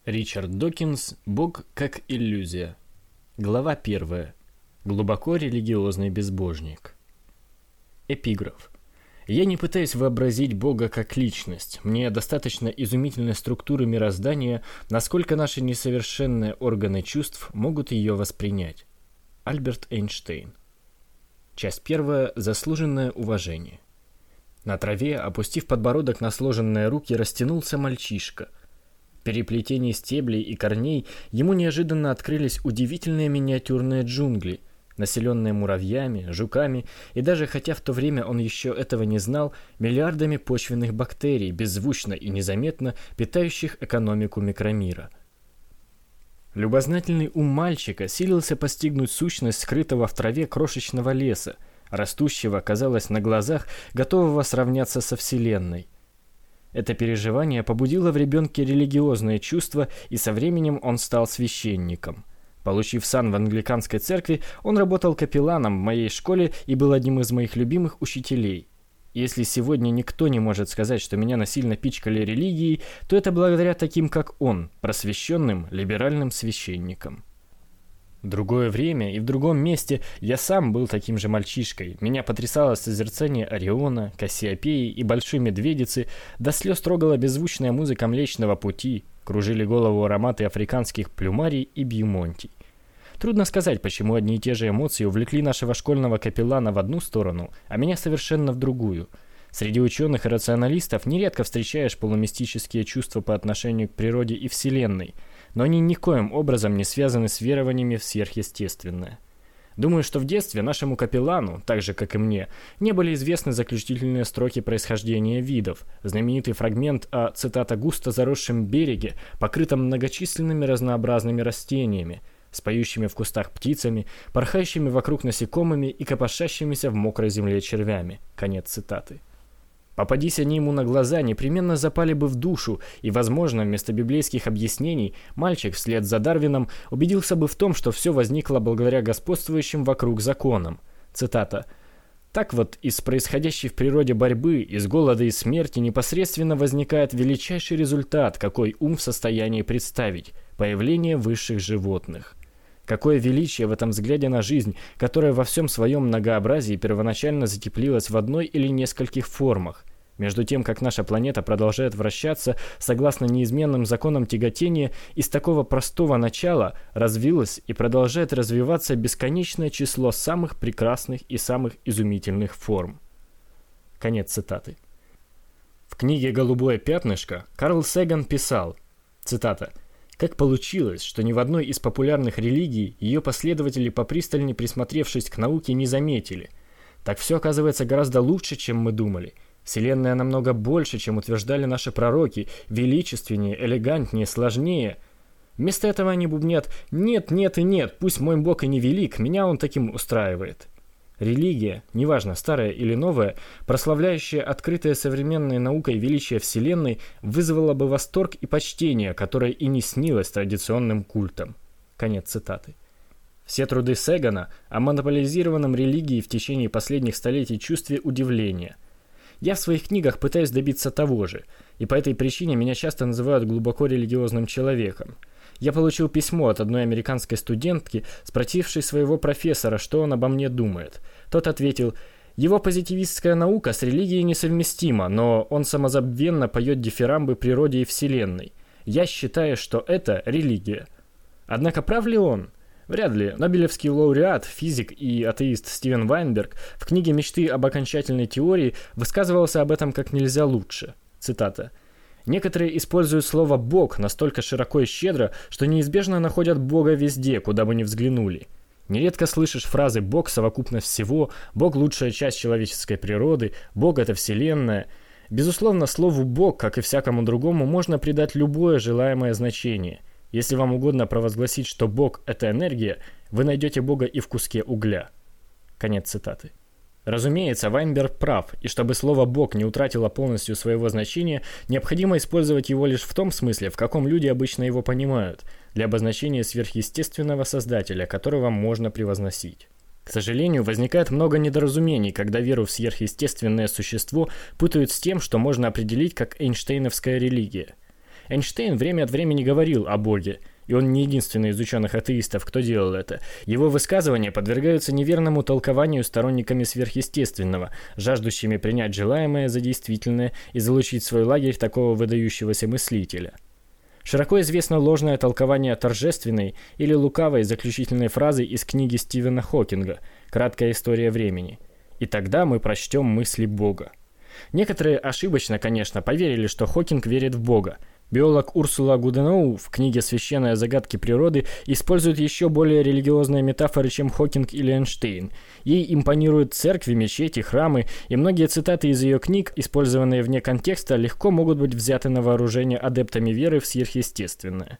Ричард Докинс «Бог как иллюзия». Глава 1. Глубоко религиозный безбожник. Эпиграф. Я не пытаюсь вообразить Бога как личность. Мне достаточно изумительной структуры мироздания, насколько наши несовершенные органы чувств могут ее воспринять. Альберт Эйнштейн. Часть 1. Заслуженное уважение. На траве, опустив подбородок на сложенные руки, растянулся мальчишка. В переплетении стеблей и корней ему неожиданно открылись удивительные миниатюрные джунгли, населенные муравьями, жуками и даже, хотя в то время он еще этого не знал, миллиардами почвенных бактерий, беззвучно и незаметно питающих экономику микромира. Любознательный ум мальчика силился постигнуть сущность скрытого в траве крошечного леса, растущего, казалось, на глазах, готового сравняться со Вселенной. Это переживание побудило в ребенке религиозное чувство, и со временем он стал священником. Получив сан в англиканской церкви, он работал капелланом в моей школе и был одним из моих любимых учителей. Если сегодня никто не может сказать, что меня насильно пичкали религией, то это благодаря таким, как он, просвещенным, либеральным священникам. В другое время и в другом месте я сам был таким же мальчишкой. Меня потрясало созерцание Ориона, Кассиопеи и Большой Медведицы, до слез трогала беззвучная музыка Млечного Пути, кружили голову ароматы африканских плюмарий и бьюмонтий. Трудно сказать, почему одни и те же эмоции увлекли нашего школьного капеллана в одну сторону, а меня совершенно в другую. Среди ученых и рационалистов нередко встречаешь полумистические чувства по отношению к природе и Вселенной, но они никоим образом не связаны с верованиями в сверхъестественное. Думаю, что в детстве нашему капеллану, так же как и мне, не были известны заключительные строки происхождения видов, знаменитый фрагмент о, цитата, «густо заросшем береге, покрытом многочисленными разнообразными растениями, с поющими в кустах птицами, порхающими вокруг насекомыми и копошащимися в мокрой земле червями». Конец цитаты. Попадись они ему на глаза, непременно запали бы в душу, и, возможно, вместо библейских объяснений мальчик вслед за Дарвином убедился бы в том, что все возникло благодаря господствующим вокруг законам. Цитата. «Так вот, из происходящей в природе борьбы, из голода и смерти непосредственно возникает величайший результат, какой ум в состоянии представить – появление высших животных». Какое величие в этом взгляде на жизнь, которая во всем своем многообразии первоначально затеплилась в одной или нескольких формах. Между тем, как наша планета продолжает вращаться согласно неизменным законам тяготения, из такого простого начала развилось и продолжает развиваться бесконечное число самых прекрасных и самых изумительных форм. Конец цитаты. В книге «Голубое пятнышко» Карл Саган писал, цитата, «Как получилось, что ни в одной из популярных религий ее последователи, попристальнее присмотревшись к науке, не заметили. Так все оказывается гораздо лучше, чем мы думали. Вселенная намного больше, чем утверждали наши пророки, величественнее, элегантнее, сложнее. Вместо этого они бубнят «нет, нет и нет, пусть мой Бог и не велик, меня он таким устраивает». Религия, неважно, старая или новая, прославляющая открытое современной наукой величие Вселенной, вызвала бы восторг и почтение, которое и не снилось традиционным культам. Конец цитаты. Все труды Сагана о монополизированном религии в течение последних столетий чувстве удивления. Я в своих книгах пытаюсь добиться того же, и по этой причине меня часто называют глубоко религиозным человеком. Я получил письмо от одной американской студентки, спросившей своего профессора, что он обо мне думает. Тот ответил, его позитивистская наука с религией несовместима, но он самозабвенно поет дифирамбы природе и Вселенной. Я считаю, что это религия. Однако прав ли он? Вряд ли. Нобелевский лауреат, физик и атеист Стивен Вайнберг в книге «Мечты об окончательной теории» высказывался об этом как нельзя лучше. Цитата. «Некоторые используют слово «Бог» настолько широко и щедро, что неизбежно находят Бога везде, куда бы ни взглянули. Нередко слышишь фразы «Бог – совокупность всего», «Бог – лучшая часть человеческой природы», «Бог – это Вселенная». Безусловно, слову «Бог», как и всякому другому, можно придать любое желаемое значение. Если вам угодно провозгласить, что Бог – это энергия, вы найдете Бога и в куске угля». Конец цитаты. Разумеется, Вайнберг прав, и чтобы слово «Бог» не утратило полностью своего значения, необходимо использовать его лишь в том смысле, в каком люди обычно его понимают, для обозначения сверхъестественного создателя, которого можно превозносить. К сожалению, возникает много недоразумений, когда веру в сверхъестественное существо путают с тем, что можно определить как эйнштейновская религия. Эйнштейн время от времени говорил о Боге, и он не единственный из ученых-атеистов, кто делал это. Его высказывания подвергаются неверному толкованию сторонниками сверхъестественного, жаждущими принять желаемое за действительное и залучить в свой лагерь такого выдающегося мыслителя. Широко известно ложное толкование торжественной или лукавой заключительной фразы из книги Стивена Хокинга «Краткая история времени». «И тогда мы прочтем мысли Бога». Некоторые ошибочно, конечно, поверили, что Хокинг верит в Бога. Биолог Урсула Гуденоу в книге «Священные загадки природы» использует еще более религиозные метафоры, чем Хокинг или Эйнштейн. Ей импонируют церкви, мечети, храмы, и многие цитаты из ее книг, использованные вне контекста, легко могут быть взяты на вооружение адептами веры в сверхъестественное.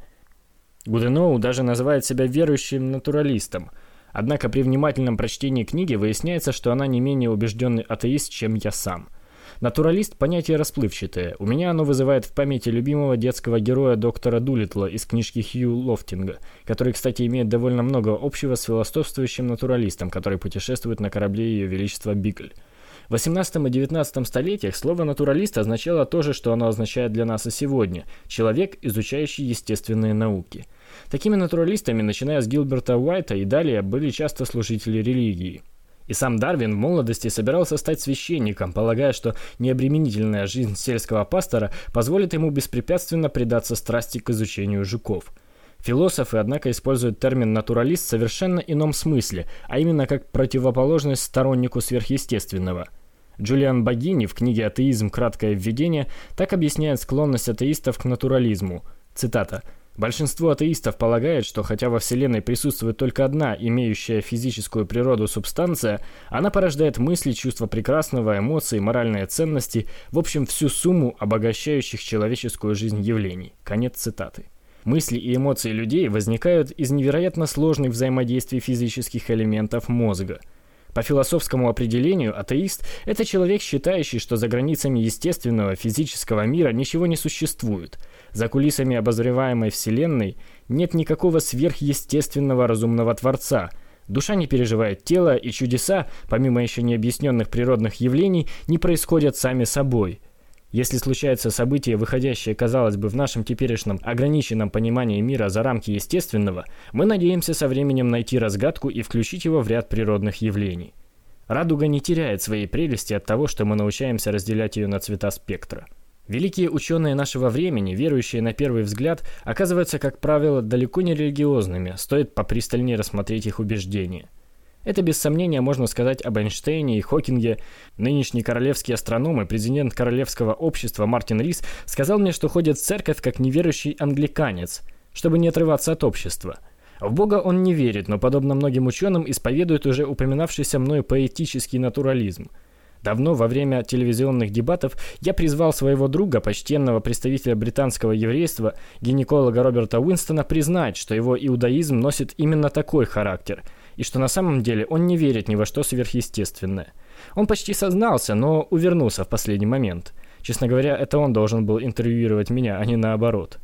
Гуденоу даже называет себя верующим натуралистом. Однако при внимательном прочтении книги выясняется, что она не менее убежденный атеист, чем я сам. Натуралист – понятие расплывчатое. У меня оно вызывает в памяти любимого детского героя доктора Дулиттла из книжки Хью Лофтинга, который, кстати, имеет довольно много общего с философствующим натуралистом, который путешествует на корабле Ее Величества Бигль. В 18 и 19 столетиях слово «натуралист» означало то же, что оно означает для нас и сегодня – человек, изучающий естественные науки. Такими натуралистами, начиная с Гилберта Уайта и далее, были часто служители религии. И сам Дарвин в молодости собирался стать священником, полагая, что необременительная жизнь сельского пастора позволит ему беспрепятственно предаться страсти к изучению жуков. Философы, однако, используют термин «натуралист» в совершенно ином смысле, а именно как противоположность стороннику сверхъестественного. Джулиан Багини в книге «Атеизм. Краткое введение» так объясняет склонность атеистов к натурализму. Цитата. «Большинство атеистов полагает, что хотя во Вселенной присутствует только одна, имеющая физическую природу субстанция, она порождает мысли, чувства прекрасного, эмоции, моральные ценности, в общем, всю сумму обогащающих человеческую жизнь явлений». Конец цитаты. Мысли и эмоции людей возникают из невероятно сложных взаимодействий физических элементов мозга. По философскому определению, атеист – это человек, считающий, что за границами естественного физического мира ничего не существует. За кулисами обозреваемой Вселенной нет никакого сверхъестественного разумного Творца. Душа не переживает тело, и чудеса, помимо еще необъясненных природных явлений, не происходят сами собой. Если случается событие, выходящее, казалось бы, в нашем теперешнем ограниченном понимании мира за рамки естественного, мы надеемся со временем найти разгадку и включить его в ряд природных явлений. Радуга не теряет своей прелести от того, что мы научаемся разделять ее на цвета спектра. Великие ученые нашего времени, верующие на первый взгляд, оказываются, как правило, далеко не религиозными, стоит попристальнее рассмотреть их убеждения. Это без сомнения можно сказать об Эйнштейне и Хокинге. Нынешний королевский астроном и президент Королевского общества Мартин Рис сказал мне, что ходит в церковь как неверующий англиканец, чтобы не отрываться от общества. В Бога он не верит, но, подобно многим ученым, исповедует уже упоминавшийся мною поэтический натурализм. Давно, во время телевизионных дебатов, я призвал своего друга, почтенного представителя британского еврейства, гинеколога Роберта Уинстона, признать, что его иудаизм носит именно такой характер, и что на самом деле он не верит ни во что сверхъестественное. Он почти сознался, но увернулся в последний момент. Честно говоря, это он должен был интервьюировать меня, а не наоборот.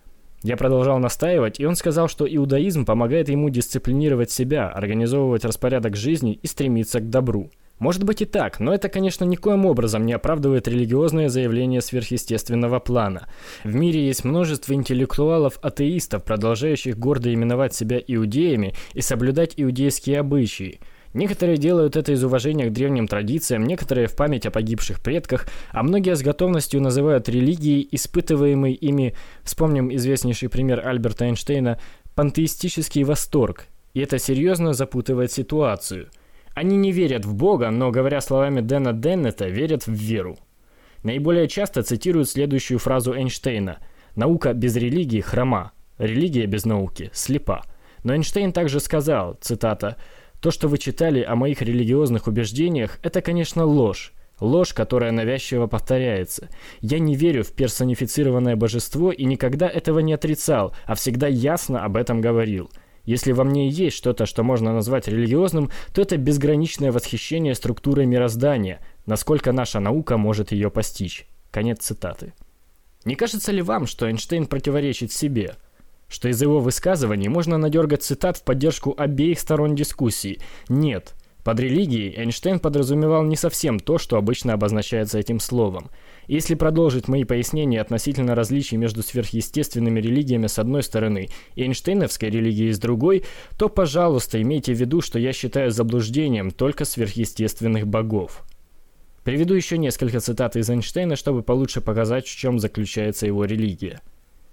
Я продолжал настаивать, и он сказал, что иудаизм помогает ему дисциплинировать себя, организовывать распорядок жизни и стремиться к добру. Может быть и так, но это, конечно, никоим образом не оправдывает религиозные заявления сверхъестественного плана. В мире есть множество интеллектуалов-атеистов, продолжающих гордо именовать себя иудеями и соблюдать иудейские обычаи. Некоторые делают это из уважения к древним традициям, некоторые в память о погибших предках, а многие с готовностью называют религией, испытываемой ими, вспомним известнейший пример Альберта Эйнштейна, пантеистический восторг. И это серьезно запутывает ситуацию. Они не верят в Бога, но, говоря словами Дэна Деннета, верят в веру. Наиболее часто цитируют следующую фразу Эйнштейна: «Наука без религии хрома, религия без науки слепа». Но Эйнштейн также сказал, цитата, «То, что вы читали о моих религиозных убеждениях, это, конечно, ложь. Ложь, которая навязчиво повторяется. Я не верю в персонифицированное божество и никогда этого не отрицал, а всегда ясно об этом говорил. Если во мне есть что-то, что можно назвать религиозным, то это безграничное восхищение структурой мироздания, насколько наша наука может ее постичь». Конец цитаты. Не кажется ли вам, что Эйнштейн противоречит себе? Что из его высказываний можно надергать цитат в поддержку обеих сторон дискуссии? Нет. Под религией Эйнштейн подразумевал не совсем то, что обычно обозначается этим словом. Если продолжить мои пояснения относительно различий между сверхъестественными религиями с одной стороны и эйнштейновской религией с другой, то, пожалуйста, имейте в виду, что я считаю заблуждением только сверхъестественных богов. Приведу еще несколько цитат из Эйнштейна, чтобы получше показать, в чем заключается его религия.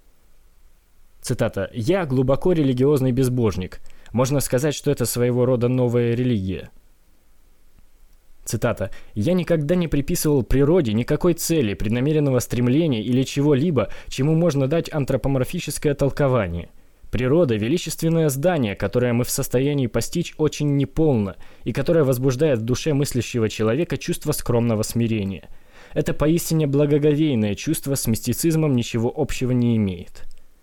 Цитата. «Я глубоко религиозный безбожник. Можно сказать, что это своего рода новая религия». Цитата. «Я никогда не приписывал природе никакой цели, преднамеренного стремления или чего-либо, чему можно дать антропоморфическое толкование. Природа – величественное здание, которое мы в состоянии постичь очень неполно и которое возбуждает в душе мыслящего человека чувство скромного смирения. Это поистине благоговейное чувство с мистицизмом ничего общего не имеет».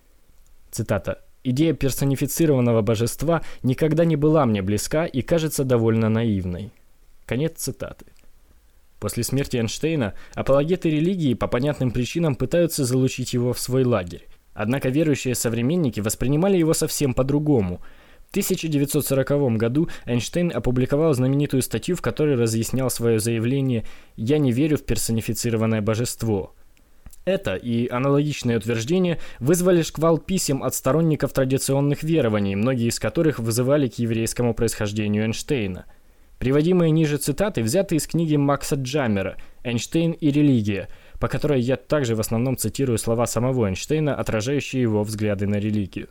Цитата. «Идея персонифицированного божества никогда не была мне близка и кажется довольно наивной». Конец цитаты. После смерти Эйнштейна апологеты религии по понятным причинам пытаются залучить его в свой лагерь. Однако верующие современники воспринимали его совсем по-другому. В 1940 году Эйнштейн опубликовал знаменитую статью, в которой разъяснял свое заявление «Я не верю в персонифицированное божество». Это и аналогичные утверждения вызвали шквал писем от сторонников традиционных верований, многие из которых вызывали к еврейскому происхождению Эйнштейна. Приводимые ниже цитаты взяты из книги Макса Джаммера «Эйнштейн и религия», по которой я также в основном цитирую слова самого Эйнштейна, отражающие его взгляды на религию.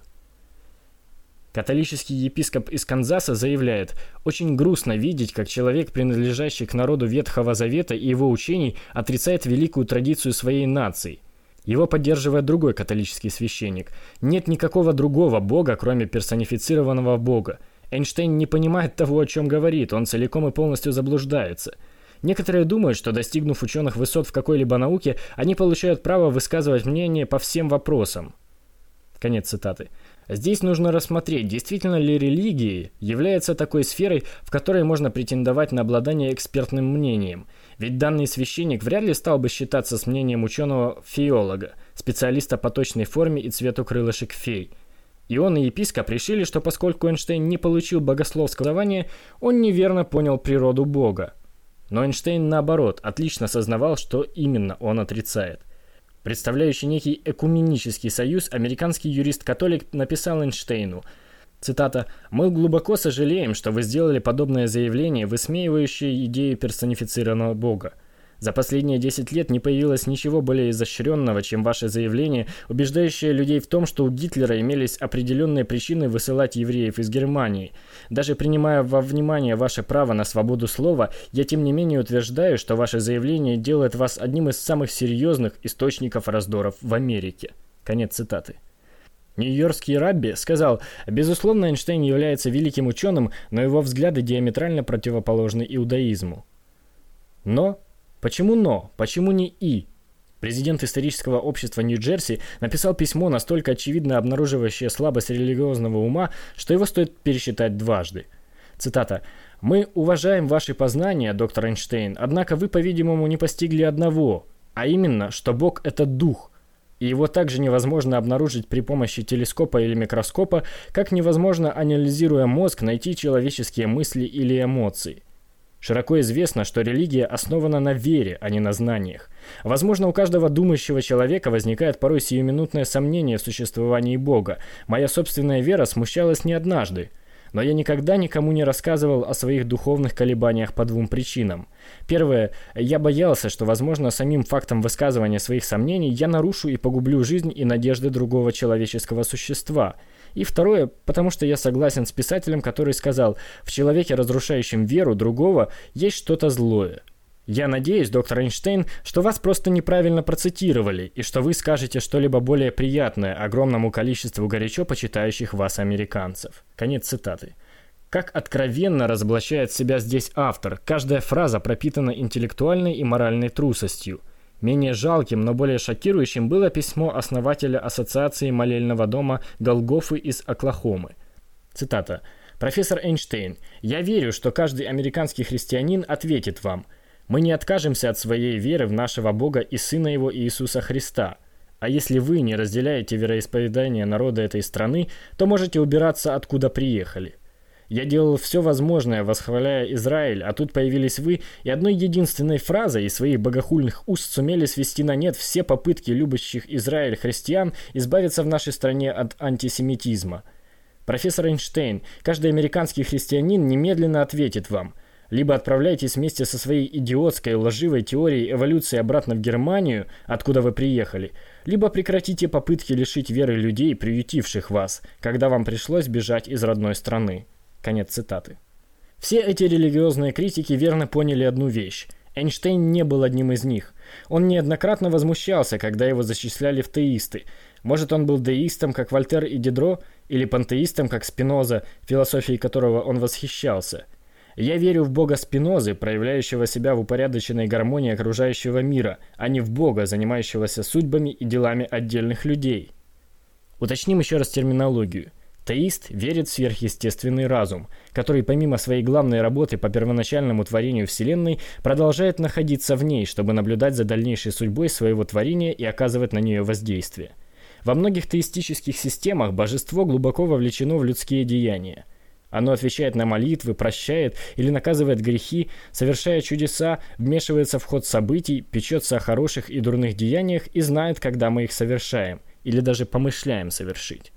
Католический епископ из Канзаса заявляет: «Очень грустно видеть, как человек, принадлежащий к народу Ветхого Завета и его учений, отрицает великую традицию своей нации». Его поддерживает другой католический священник. «Нет никакого другого бога, кроме персонифицированного бога. Эйнштейн не понимает того, о чем говорит, он целиком и полностью заблуждается». Некоторые думают, что, достигнув ученых высот в какой-либо науке, они получают право высказывать мнение по всем вопросам. Конец цитаты. Здесь нужно рассмотреть, действительно ли религия является такой сферой, в которой можно претендовать на обладание экспертным мнением. Ведь данный священник вряд ли стал бы считаться с мнением ученого-феолога, специалиста по точной форме и цвету крылышек фей. И он, и епископ решили, что поскольку Эйнштейн не получил богословского образования, он неверно понял природу Бога. Но Эйнштейн, наоборот, отлично сознавал, что именно он отрицает. Представляющий некий экуменический союз, американский юрист-католик написал Эйнштейну, цитата, «Мы глубоко сожалеем, что вы сделали подобное заявление, высмеивающее идею персонифицированного Бога. За последние 10 лет не появилось ничего более изощренного, чем ваше заявление, убеждающее людей в том, что у Гитлера имелись определенные причины высылать евреев из Германии. Даже принимая во внимание ваше право на свободу слова, я тем не менее утверждаю, что ваше заявление делает вас одним из самых серьезных источников раздоров в Америке». Конец цитаты. Нью-Йоркский рабби сказал: «Безусловно, Эйнштейн является великим ученым, но его взгляды диаметрально противоположны иудаизму». Но... Почему «но»? Почему не «и»? Президент исторического общества Нью-Джерси написал письмо, настолько очевидно обнаруживающее слабость религиозного ума, что его стоит пересчитать дважды. Цитата. «Мы уважаем ваши познания, доктор Эйнштейн, однако вы, по-видимому, не постигли одного, а именно, что Бог – это дух, и его также невозможно обнаружить при помощи телескопа или микроскопа, как невозможно, анализируя мозг, найти человеческие мысли или эмоции». Широко известно, что религия основана на вере, а не на знаниях. Возможно, у каждого думающего человека возникает порой сиюминутное сомнение в существовании Бога. Моя собственная вера смущалась не однажды. Но я никогда никому не рассказывал о своих духовных колебаниях по двум причинам. Первое. Я боялся, что, возможно, самим фактом высказывания своих сомнений я нарушу и погублю жизнь и надежды другого человеческого существа. И второе, потому что я согласен с писателем, который сказал: «В человеке, разрушающем веру другого, есть что-то злое». Я надеюсь, доктор Эйнштейн, что вас просто неправильно процитировали, и что вы скажете что-либо более приятное огромному количеству горячо почитающих вас американцев. Конец цитаты. Как откровенно разоблачает себя здесь автор, каждая фраза пропитана интеллектуальной и моральной трусостью. Менее жалким, но более шокирующим было письмо основателя Ассоциации молельного дома Голгофы из Оклахомы. Цитата. «Профессор Эйнштейн, я верю, что каждый американский христианин ответит вам: мы не откажемся от своей веры в нашего Бога и Сына Его Иисуса Христа. А если вы не разделяете вероисповедание народа этой страны, то можете убираться, откуда приехали. Я делал все возможное, восхваляя Израиль, а тут появились вы, и одной единственной фразой из своих богохульных уст сумели свести на нет все попытки любящих Израиль христиан избавиться в нашей стране от антисемитизма. Профессор Эйнштейн, каждый американский христианин немедленно ответит вам: либо отправляйтесь вместе со своей идиотской лживой теорией эволюции обратно в Германию, откуда вы приехали, либо прекратите попытки лишить веры людей, приютивших вас, когда вам пришлось бежать из родной страны. Конец цитаты. Все эти религиозные критики верно поняли одну вещь. Эйнштейн не был одним из них. Он неоднократно возмущался, когда его зачисляли в теисты. Может, он был деистом, как Вольтер и Дидро, или пантеистом, как Спиноза, философией которого он восхищался. Я верю в Бога Спинозы, проявляющего себя в упорядоченной гармонии окружающего мира, а не в Бога, занимающегося судьбами и делами отдельных людей. Уточним еще раз терминологию. Теист верит в сверхъестественный разум, который помимо своей главной работы по первоначальному творению Вселенной продолжает находиться в ней, чтобы наблюдать за дальнейшей судьбой своего творения и оказывать на нее воздействие. Во многих теистических системах божество глубоко вовлечено в людские деяния. Оно отвечает на молитвы, прощает или наказывает грехи, совершая чудеса, вмешивается в ход событий, печется о хороших и дурных деяниях и знает, когда мы их совершаем, или даже помышляем совершить.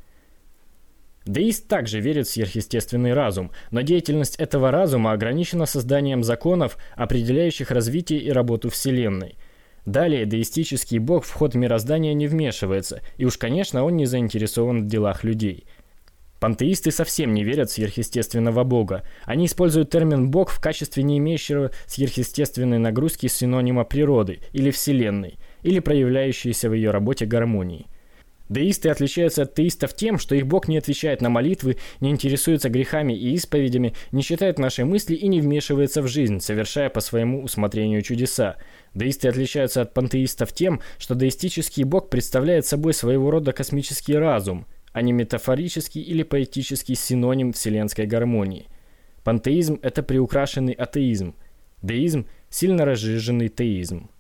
Деист также верит в сверхъестественный разум, но деятельность этого разума ограничена созданием законов, определяющих развитие и работу Вселенной. Далее деистический бог в ход мироздания не вмешивается, и уж, конечно, он не заинтересован в делах людей. Пантеисты совсем не верят в сверхъестественного бога. Они используют термин «бог» в качестве не имеющего сверхъестественной нагрузки синонима природы или Вселенной, или проявляющейся в ее работе гармонии. Деисты отличаются от теистов тем, что их бог не отвечает на молитвы, не интересуется грехами и исповедями, не читает наши мысли и не вмешивается в жизнь, совершая по своему усмотрению чудеса. Деисты отличаются от пантеистов тем, что деистический бог представляет собой своего рода космический разум, а не метафорический или поэтический синоним вселенской гармонии. Пантеизм – это приукрашенный атеизм, деизм – сильно разжиженный теизм.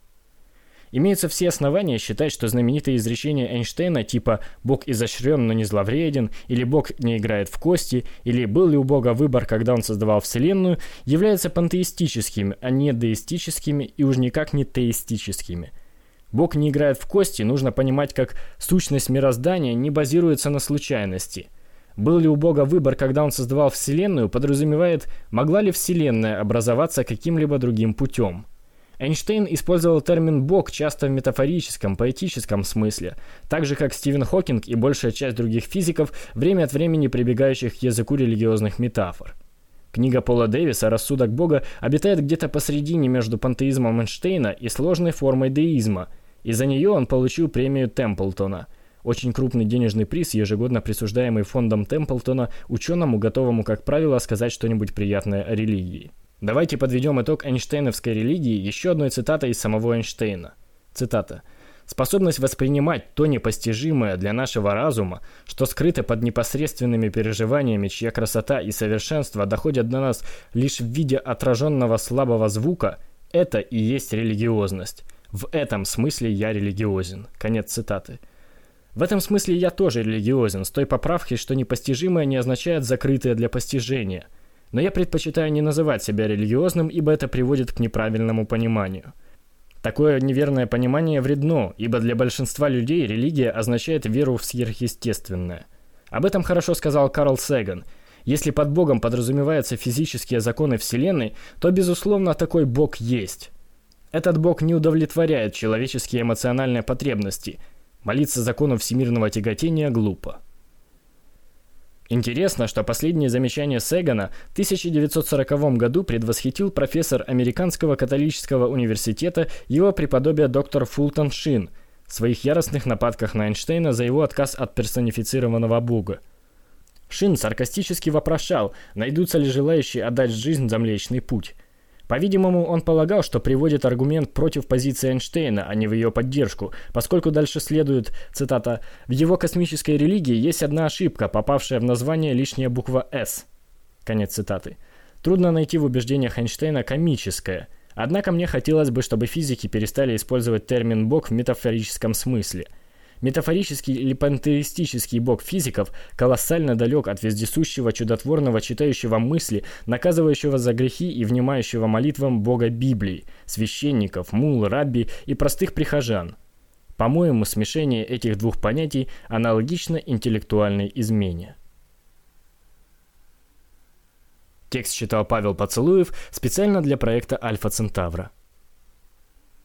Имеются все основания считать, что знаменитые изречения Эйнштейна типа «Бог изощрен, но не зловреден», или «Бог не играет в кости», или «Был ли у Бога выбор, когда он создавал Вселенную», являются пантеистическими, а не деистическими и уж никак не теистическими. Бог не играет в кости нужно понимать как сущность мироздания не базируется на случайности. Был ли у Бога выбор, когда он создавал Вселенную, подразумевает, могла ли Вселенная образоваться каким-либо другим путем. Эйнштейн использовал термин «бог» часто в метафорическом, поэтическом смысле, так же как Стивен Хокинг и большая часть других физиков, время от времени прибегающих к языку религиозных метафор. Книга Пола Дэвиса «Рассудок Бога» обитает где-то посредине между пантеизмом Эйнштейна и сложной формой деизма, и за нее он получил премию Темплтона, очень крупный денежный приз, ежегодно присуждаемый фондом Темплтона ученому, готовому, как правило, сказать что-нибудь приятное о религии. Давайте подведем итог эйнштейновской религии еще одной цитатой из самого Эйнштейна. Цитата. «Способность воспринимать то непостижимое для нашего разума, что скрыто под непосредственными переживаниями, чья красота и совершенство доходят до нас лишь в виде отраженного слабого звука, это и есть религиозность. В этом смысле я религиозен». Конец цитаты. В этом смысле я тоже религиозен, с той поправкой, что непостижимое не означает закрытое для постижения. Но я предпочитаю не называть себя религиозным, ибо это приводит к неправильному пониманию. Такое неверное понимание вредно, ибо для большинства людей религия означает веру в сверхъестественное. Об этом хорошо сказал Карл Саган. Если под Богом подразумеваются физические законы Вселенной, то, безусловно, такой Бог есть. Этот Бог не удовлетворяет человеческие эмоциональные потребности. Молиться закону всемирного тяготения глупо. Интересно, что последнее замечание Сагана в 1940 году предвосхитил профессор Американского католического университета его преподобие доктор Фултон Шин в своих яростных нападках на Эйнштейна за его отказ от персонифицированного Бога. Шин саркастически вопрошал, найдутся ли желающие отдать жизнь за Млечный Путь. По-видимому, он полагал, что приводит аргумент против позиции Эйнштейна, а не в ее поддержку, поскольку дальше следует, цитата, «В его космической религии есть одна ошибка, попавшая в название лишняя буква «С». Конец цитаты. Трудно найти в убеждениях Эйнштейна комическое. Однако мне хотелось бы, чтобы физики перестали использовать термин «бог» в метафорическом смысле. Метафорический или пантеистический бог физиков колоссально далек от вездесущего, чудотворного, читающего мысли, наказывающего за грехи и внимающего молитвам бога Библии, священников, мул, рабби и простых прихожан. По-моему, смешение этих двух понятий аналогично интеллектуальной измене. Текст читал Павел Поцелуев специально для проекта Альфа Центавра.